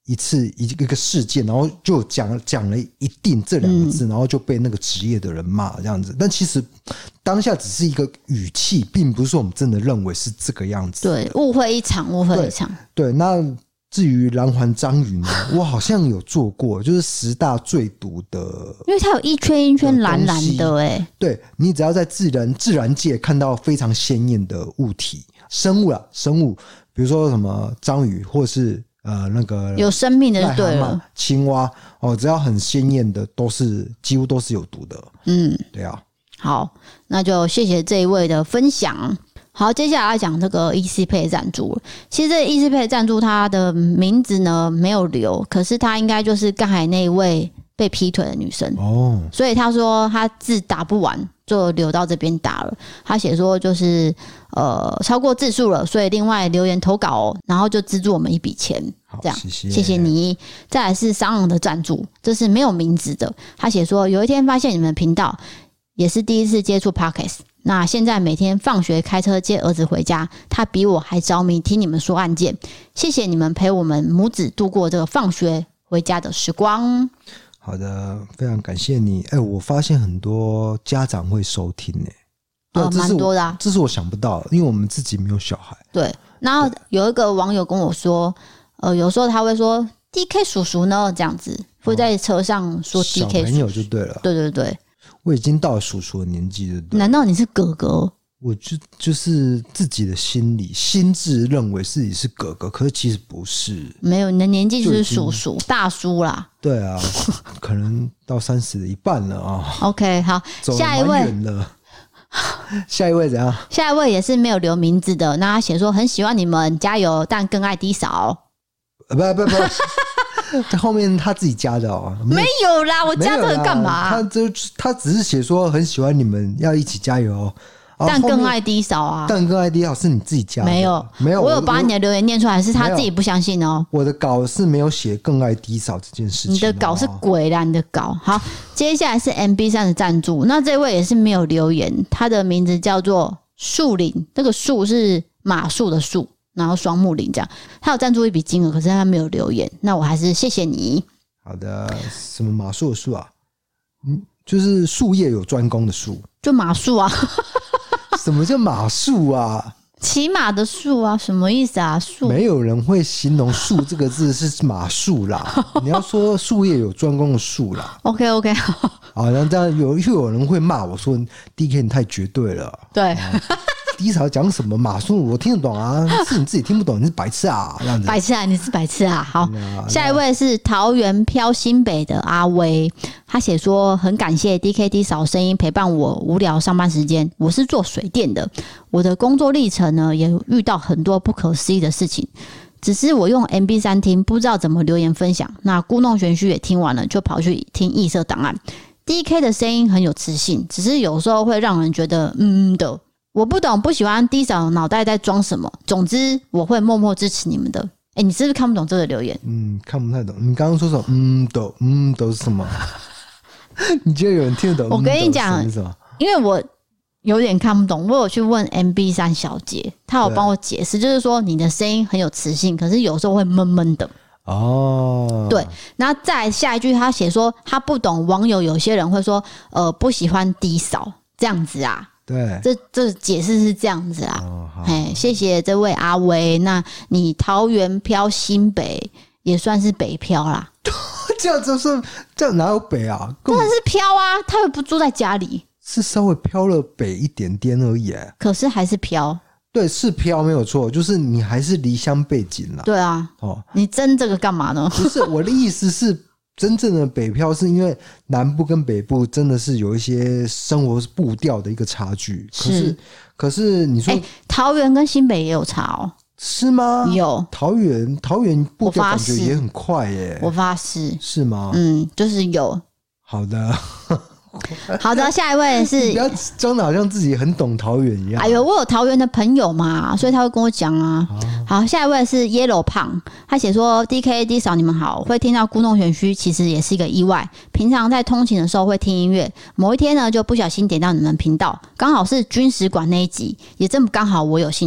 一次一个事件，然后就讲讲了一定这两个字、嗯、然后就被那个职业的人骂这样子，但其实当下只是一个语气，并不是说我们真的认为是这个样子。 对，误会一场，误会一场。 对，对那至于蓝环章鱼呢，我好像有做过，就是十大最毒的， 因为它有一圈一圈蓝蓝的哎、欸。 对，你只要在自然自然界看到非常鲜艳的物体、生物啦，生物，比如说什么章鱼，或是呃那个有生命的就对了， 青蛙哦，只要很鲜艳的，都是几乎都是有毒的。嗯，对啊。 好，那就谢谢这一位的分享。好，接下来要讲这个 EasyPay 赞助。其实这 EasyPay 赞助他的名字呢没有留，可是他应该就是刚才那一位被劈腿的女生哦，所以他说他字打不完，就留到这边打了。他写说就是呃超过字数了，所以另外留言投稿哦，然后就资助我们一笔钱，这样谢谢谢谢你。再来是商人的赞助，这是没有名字的。他写说有一天发现你们频道，也是第一次接触 Podcast。那现在每天放学开车接儿子回家，他比我还着迷听你们说案件。谢谢你们陪我们母子度过这个放学回家的时光。 好的，非常感谢你。哎、欸，我发现很多家长会收听呢、欸， 哦，蛮多的、啊， 这是我想不到的，因为我们自己没有小孩。 对，然后有一个网友跟我说，呃，有时候他会说 D K 叔叔呢，这样子会在车上说 D K 叔叔， 小朋友就对了。 对对对。 我已经到了叔叔的年纪了， 难道你是哥哥？ 我就就是自己的心理心智认为自己是哥哥，可是其实不是。没有， 你的年纪就是叔叔大叔啦。 对啊，可能到三十的一半了啊。 OK， 好，下一位了。 下一位怎样？ 下一位也是没有留名字的，那他写说很喜欢你们，加油，但更爱低嫂。 不不不。在后面他自己加的哦， 没有啦，我加这个干嘛、啊？ 他就他只是写说很喜欢你们，要一起加油、哦， 但更爱低嫂啊， 但更爱低嫂是你自己加的， 没有没有，我有把你的留言念出来，是他自己不相信哦。 我的稿是没有写更爱低嫂这件事情、哦， 你的稿是鬼啦，你的稿。好，接下来是 M B 三 的赞助，那这位也是没有留言，他的名字叫做树林，这个树是马术的树。然后双木林这样，他有赞助一笔金额，可是他没有留言，那我还是谢谢你。 好的，什么马术的树啊？嗯，就是术业有专攻的术， 就马术啊。 什么叫马术啊？ 骑马的术啊，什么意思啊？术没有人会形容术这个字是马术啦，你要说术业有专攻的术啦。 OK OK， 好， 好，那这样有又有人会骂我说 D K 你太绝对了， 对。 第一场讲什么马术我听得懂啊，是你自己听不懂，你是白痴啊，这样子。 白痴啊，你是白痴啊。好，下一位是桃园飘新北的阿威，他写说很感谢 D K D 嫂声音陪伴我无聊上班时间。我是做水电的，我的工作历程呢也遇到很多不可思议的事情。只是我用 M B 三 听，不知道怎么留言分享。那故弄玄虚也听完了，就跑去听异色档案。D K 的声音很有磁性，只是有时候会让人觉得嗯嗯的。我不懂，不喜欢低嫂脑袋在装什么。总之，我会默默支持你们的。哎、欸，你是不是看不懂这个留言？ 嗯，看不太懂。你刚刚说什么？嗯，懂，嗯，都是什么？你觉得有人听得懂？ 我跟你讲，因为我有点看不懂，我有去问 M B 三 小姐，她有帮我解释，就是说你的声音很有磁性，可是有时候会闷闷的。哦，对，然后再来下一句，他写说他不懂网友有些人会说，呃，不喜欢低嫂这样子啊。 对， 这这解释是这样子啊。哦，哎，谢谢这位阿威。那你桃园飘新北也算是北漂啦。 这样就是这样哪有北啊？ 当然是飘啊，他又不住在家里， 是稍微飘了北一点点而已。 可是还是飘。 对，是飘没有错，就是你还是离乡背景啦。 对啊，哦，你争这个干嘛呢？ 不是，我的意思是。真正的北漂是因为南部跟北部真的是有一些生活步调的一个差距，可是可是你说、欸、 桃园跟新北也有差哦？ 是吗？ 有， 桃园桃园步调感觉也很快耶， 我发誓， 是吗？ 嗯，就是有。 好的。 好的，下一位是， 不要装的好像自己很懂桃园一样。 哎呦，我有桃园的朋友嘛，所以他会跟我讲啊。好，下一位是 Yellow 胖，他写说 D K D 嫂你们好，会听到故弄玄虚，其实也是一个意外。平常在通勤的时候会听音乐，某一天呢就不小心点到你们频道，刚好是军史馆那一集，也正刚好我有兴趣。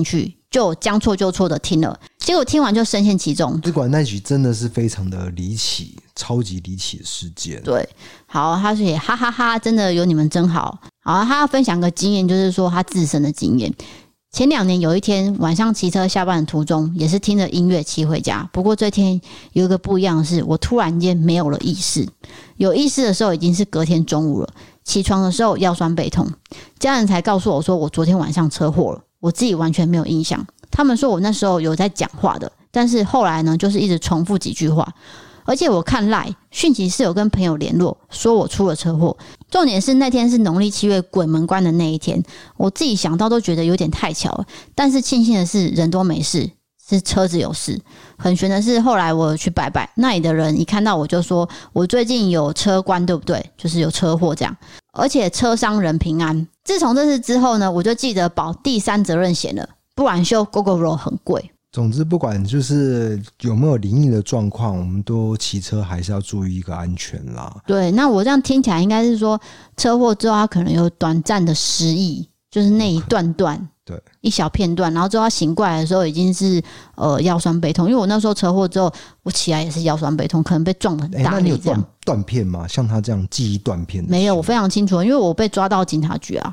就将错就错的听了，结果听完就深陷其中。 只管那局真的是非常的离奇，超级离奇的事件。 对，好，他说也哈哈哈，真的有你们真好。好，他要分享个经验，就是说他自身的经验。前两年有一天晚上骑车下班的途中，也是听着音乐骑回家。不过这天有一个不一样的是，我突然间没有了意识，有意识的时候已经是隔天中午了。起床的时候腰酸背痛，家人才告诉我说我昨天晚上车祸了，我自己完全没有印象。他们说我那时候有在讲话的，但是后来呢，就是一直重复几句话。而且我看 LINE 讯息是有跟朋友联络，说我出了车祸。重点是那天是农历七月鬼门关的那一天，我自己想到都觉得有点太巧了。但是庆幸的是人都没事，是车子有事。很悬的是后来我去拜拜，那里的人一看到我就说我最近有车关对不对，就是有车祸这样，而且车伤人平安。自从这次之后呢，我就记得保第三责任险了，不然修 GoGoRo 很贵。 总之不管就是有没有灵异的状况，我们都骑车还是要注意一个安全啦。 对，那我这样听起来应该是说车祸之后他可能有短暂的失忆，就是那一段段对一小片段，然后之后他醒过来的时候已经是呃腰酸背痛。因为我那时候车祸之后我起来也是腰酸背痛，可能被撞得很大力这样。欸、那你有断断片吗？像他这样记忆断片的？ 没有，我非常清楚，因为我被抓到警察局啊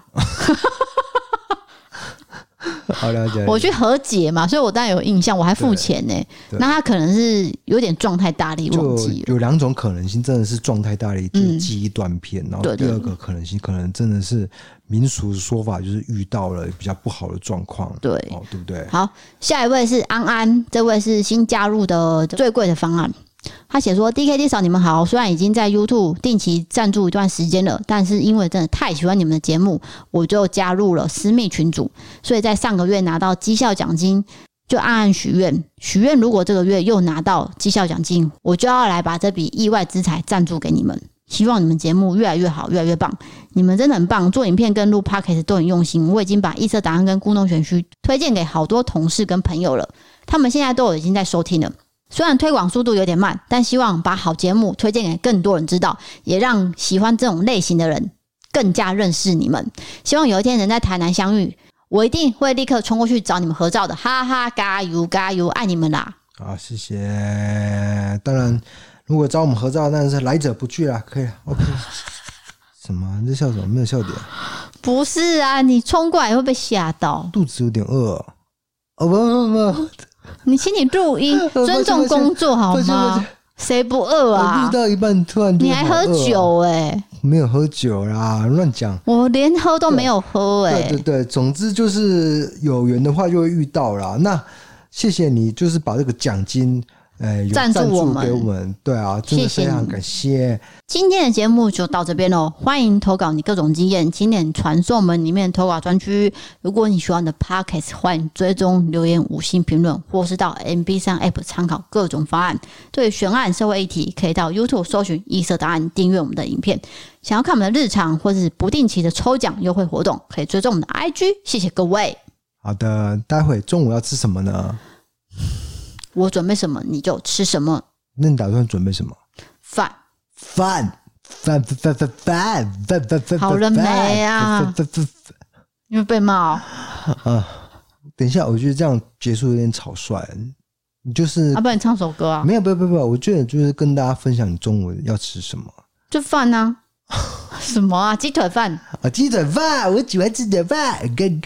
好了解， 我去和解嘛，所以我当然有印象，我还付钱呢、欸。那他可能是有点状态大力忘记了。 有两种可能性，真的是状态大力，就是记忆断片、嗯、然后第二个可能性可能真的是民俗的说法，就是遇到了比较不好的状况，对、哦、对不对？ 好，下一位是安安，这位是新加入的最贵的方案。他写说 D K D 嫂你们好，虽然已经在 YouTube 定期赞助一段时间了，但是因为真的太喜欢你们的节目，我就加入了私密群组，所以在上个月拿到绩效奖金就暗暗许愿，许愿如果这个月又拿到绩效奖金，我就要来把这笔意外之财赞助给你们。希望你们节目越来越好，越来越棒，你们真的很棒，做影片跟录 Podcast 都很用心。我已经把异色档案跟故弄玄虚推荐给好多同事跟朋友了，他们现在都已经在收听了。虽然推广速度有点慢，但希望把好节目推荐给更多人知道，也让喜欢这种类型的人更加认识你们。希望有一天能在台南相遇，我一定会立刻冲过去找你们合照的，哈哈，加油加油，爱你们啦！ 好，谢谢。当然，如果找我们合照，当然是来者不拒啦，可以 ，OK。什么？你这笑什么？没有笑点？ 不是啊，你冲过来会被吓到， 肚子有点饿。哦，不不不。 你请你录音，尊重工作好吗？谁不饿啊？ 录到一半突然就、啊、 你还喝酒哎、欸？ 没有喝酒啦，乱讲。 我连喝都没有喝哎、欸。 对对对，总之就是有缘的话就会遇到啦。那谢谢你，就是把这个奖金。呃，有赞助我们，给我们，对啊，真的非常感谢。 今天的节目就到这边喽，欢迎投稿你各种经验，请点传送门里面投稿专区。如果你喜欢的 Podcast， 欢迎追踪留言、五星评论，或是到 M B 三 App 参考各种方案。对悬案、社会议题，可以到 YouTube 搜寻异色答案，订阅我们的影片。想要看我们的日常或是不定期的抽奖优惠活动，可以追踪我们的 I G。谢谢各位。 好的，待会中午要吃什么呢？ 我准备什么你就吃什么。 那你打算准备什么？ 饭饭饭饭饭饭饭饭饭好了没啊？因为被骂哦。 啊，等一下，我觉得这样结束有点草率。你就是啊，不然你唱首歌啊？ 没有，不不不，我觉得就是跟大家分享你中午要吃什么。 就饭啊。什么啊？鸡腿饭啊，鸡腿饭，我喜欢吃的饭。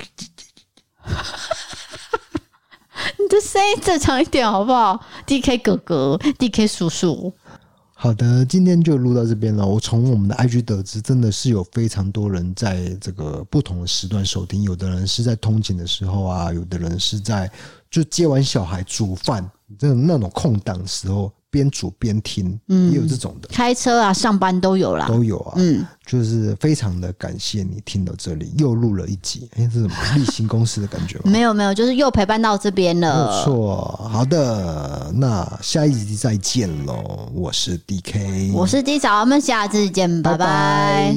你的声音正常一点好不好 ？D K 哥哥 ，D K 叔叔。 好的，今天就录到这边了。我从我们的 I G 得知，真的是有非常多人在这个不同的时段收听，有的人是在通勤的时候啊，有的人是在就接完小孩煮饭，那那种空档的时候。边煮边听、嗯、也有这种的， 开车啊上班都有啦， 都有啊。嗯，就是非常的感谢你听到这里，又录了一集。哎、欸，这是什么例行公事的感觉吗？ 没有没有，就是又陪伴到这边了。 没错，好的，那下一集再见咯。我是 D K， 我是 D 嫂，我们下次见，拜拜。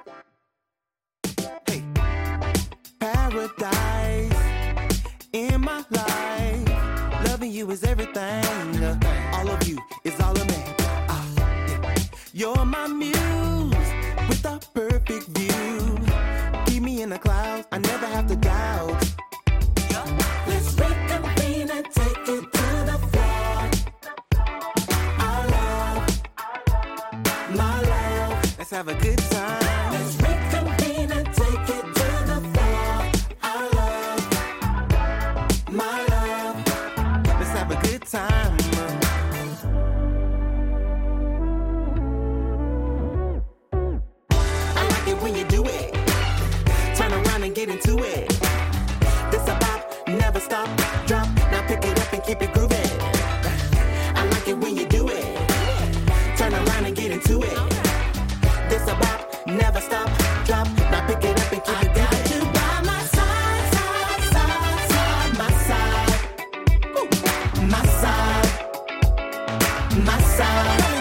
You is everything, all of you is all of me. Uh, yeah. You're my muse with a perfect view. Keep me in the clouds, I never have to doubt. Let's Let's have a good time. Let's reconvene and take it to the floor. Our love, my love. Let's have a good time. I like it when you do it. Turn around and get into it. This a bop, never stop, drop. Now pick it up and keep it grooving. I like it when you do it. Turn around and get into it. This a bop, never stop, drop. Now pick it up and keep it got you by my side, side, side, side, my side. Ooh. My side, my side.